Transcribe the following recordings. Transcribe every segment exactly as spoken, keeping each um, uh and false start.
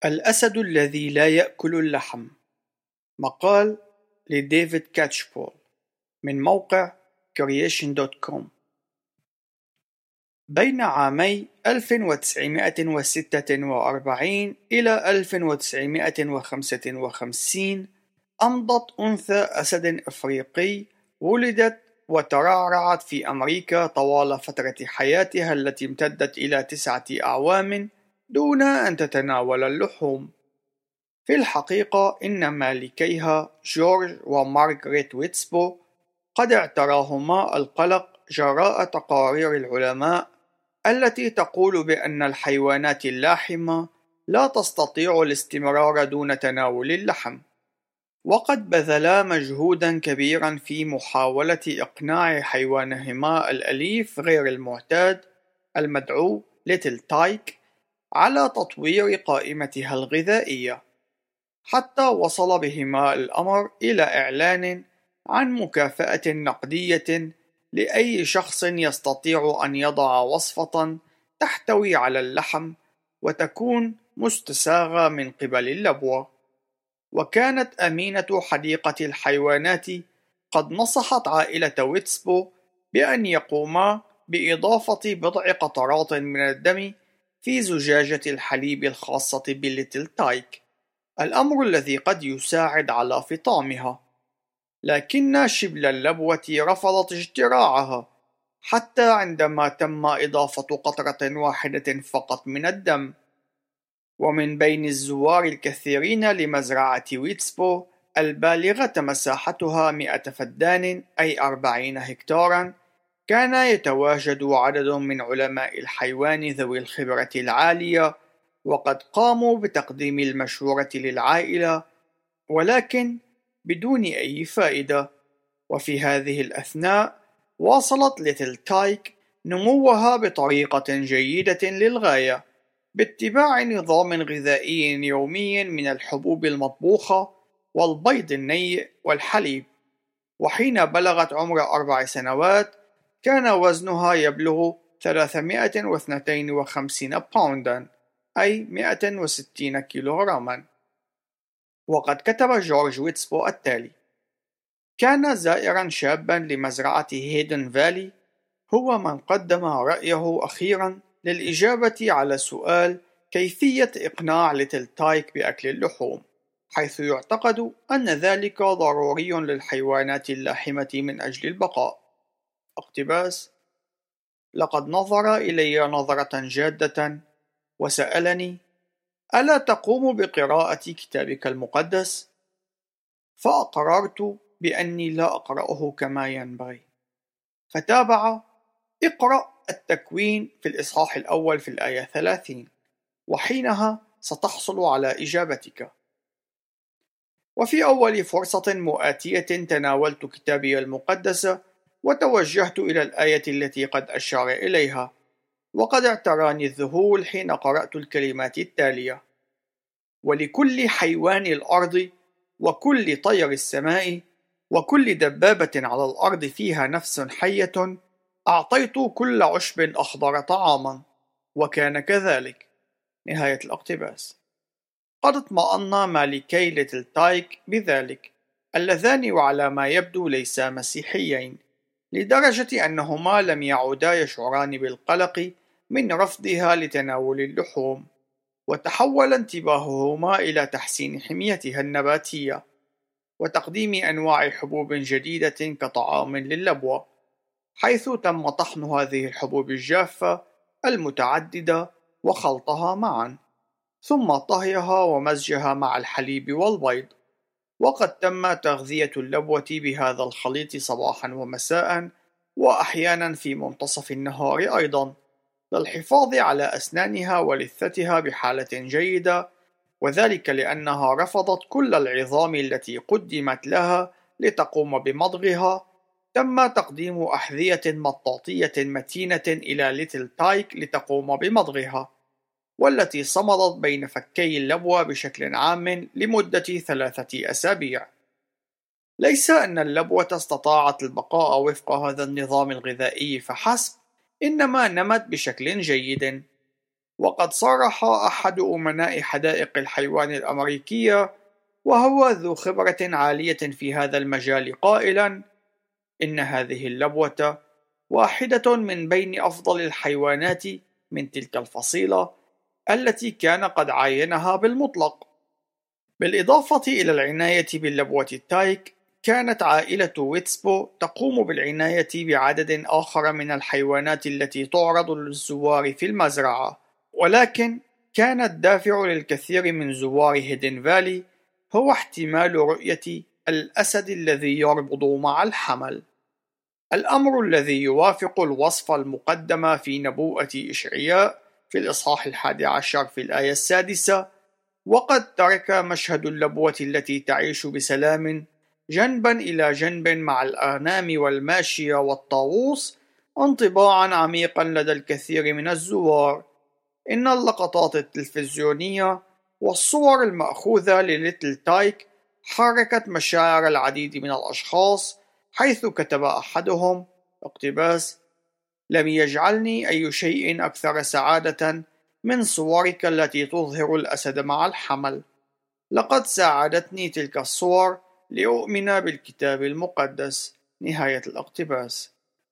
الأسد الذي لا يأكل اللحم. مقال لديفيد كاتشبول من موقع كرييشن دوت كوم. بين عامي ألف وتسعمائة وستة وأربعين إلى ألف وتسعمائة وخمسة وخمسين أمضت أنثى أسد أفريقي ولدت وترعرعت في أمريكا طوال فترة حياتها التي امتدت إلى تسعة أعوام دون أن تتناول اللحوم. في الحقيقة إن مالكيها جورج ومارغريت ويتسبو قد اعتراهما القلق جراء تقارير العلماء التي تقول بأن الحيوانات اللاحمة لا تستطيع الاستمرار دون تناول اللحم، وقد بذلا مجهودا كبيرا في محاولة إقناع حيوانهما الأليف غير المعتاد المدعو ليتل تايك على تطوير قائمتها الغذائية، حتى وصل بهما الأمر إلى إعلان عن مكافأة نقدية لأي شخص يستطيع أن يضع وصفة تحتوي على اللحم وتكون مستساغة من قبل اللبوة. وكانت أمينة حديقة الحيوانات قد نصحت عائلة ويتسبو بأن يقوما بإضافة بضع قطرات من الدم في زجاجة الحليب الخاصة بالليتل تايك، الأمر الذي قد يساعد على فطامها. لكن شبل اللبوة رفضت اجتراعها حتى عندما تم إضافة قطرة واحدة فقط من الدم. ومن بين الزوار الكثيرين لمزرعة ويتسبو البالغة مساحتها مئة فدان أي أربعين هكتارا، كان يتواجد عدد من علماء الحيوان ذوي الخبرة العالية، وقد قاموا بتقديم المشورة للعائلة ولكن بدون أي فائدة. وفي هذه الأثناء واصلت ليتل تايك نموها بطريقة جيدة للغاية باتباع نظام غذائي يومي من الحبوب المطبوخة والبيض النيء والحليب. وحين بلغت عمر أربع سنوات كان وزنها يبلغ ثلاثمائة واثنين وخمسين باوندا أي مئة وستين كيلوغراما. وقد كتب جورج ويتسبو التالي: كان زائرا شابا لمزرعة هيدن فالي هو من قدم رأيه أخيرا للإجابة على سؤال كيفية إقناع ليتل تايك بأكل اللحوم، حيث يعتقد أن ذلك ضروري للحيوانات اللاحمة من أجل البقاء. اقتباس: لقد نظر إلي نظرة جادة وسألني: ألا تقوم بقراءة كتابك المقدس؟ فأقررت بأني لا أقرأه كما ينبغي. فتابع: اقرأ التكوين في الإصحاح الأول في الآية ثلاثين، وحينها ستحصل على إجابتك. وفي أول فرصة مؤاتية تناولت كتابي المقدس وتوجهت إلى الآية التي قد أشار إليها، وقد اعتراني الذهول حين قرأت الكلمات التالية: ولكل حيوان الأرض وكل طير السماء وكل دبابة على الأرض فيها نفس حية أعطيت كل عشب أخضر طعاما، وكان كذلك. نهاية الاقتباس. قد اطمأن مالكي ليتل تايك بذلك، اللذان وعلى ما يبدو ليسا مسيحيين، لدرجة أنهما لم يعودا يشعران بالقلق من رفضها لتناول اللحوم، وتحول انتباههما إلى تحسين حميتها النباتية وتقديم أنواع حبوب جديدة كطعام للبوة، حيث تم طحن هذه الحبوب الجافة المتعددة وخلطها معا، ثم طهيها ومزجها مع الحليب والبيض. وقد تم تغذية اللبوة بهذا الخليط صباحا ومساء وأحيانا في منتصف النهار أيضا، للحفاظ على أسنانها ولثتها بحالة جيدة، وذلك لأنها رفضت كل العظام التي قدمت لها لتقوم بمضغها. تم تقديم أحذية مطاطية متينة إلى ليتل تايك لتقوم بمضغها، والتي صمدت بين فكي اللبوة بشكل عام لمدة ثلاثة أسابيع. ليس أن اللبوة استطاعت البقاء وفق هذا النظام الغذائي فحسب، إنما نمت بشكل جيد. وقد صرح أحد أمناء حدائق الحيوان الأمريكية وهو ذو خبرة عالية في هذا المجال قائلا: إن هذه اللبوة واحدة من بين أفضل الحيوانات من تلك الفصيلة التي كان قد عاينها بالمطلق. بالإضافة إلى العناية باللبوة التايك، كانت عائلة ويتسبو تقوم بالعناية بعدد آخر من الحيوانات التي تعرض للزوار في المزرعة، ولكن كان الدافع للكثير من زوار هيدن فالي هو احتمال رؤية الأسد الذي يربض مع الحمل، الأمر الذي يوافق الوصف المقدم في نبوءة إشعياء في الإصحاح الحادي عشر في الآية السادسة: وقد ترك مشهد اللبوة التي تعيش بسلام جنبا إلى جنب مع الأغنام والماشية والطاووس انطباعا عميقا لدى الكثير من الزوار. إن اللقطات التلفزيونية والصور المأخوذة لليتل تايك حركت مشاعر العديد من الأشخاص، حيث كتب أحدهم اقتباس: لم يجعلني أي شيء أكثر سعادة من صورك التي تظهر الأسد مع الحمل. لقد ساعدتني تلك الصور لأؤمن بالكتاب المقدس. نهاية الاقتباس.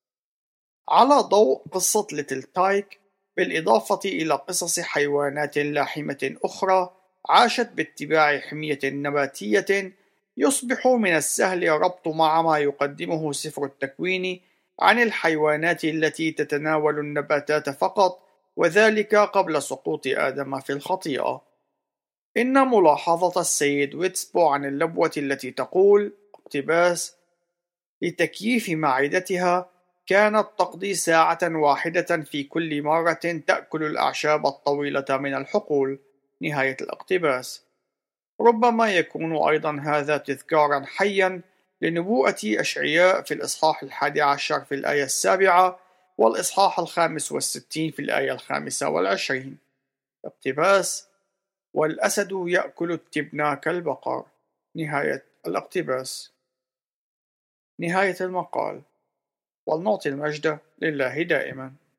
على ضوء قصة ليتل تايك، بالإضافة إلى قصص حيوانات لاحمة أخرى عاشت باتباع حمية نباتية، يصبح من السهل الربط مع ما يقدمه سفر التكوين عن الحيوانات التي تتناول النباتات فقط، وذلك قبل سقوط آدم في الخطيئة. إن ملاحظة السيد ويتسبو عن اللبوة التي تقول اقتباس: لتكييف معدتها كانت تقضي ساعة واحدة في كل مرة تأكل الأعشاب الطويلة من الحقول. نهاية الاقتباس. ربما يكون أيضا هذا تذكارا حيا لنبوءة أشعياء في الإصحاح الحادي عشر في الآية السابعة والإصحاح الخامس والستين في الآية الخامسة والعشرين. اقتباس: والأسد يأكل التبن كالبقر. نهاية الاقتباس. نهاية المقال. ولنعطي المجد لله دائما.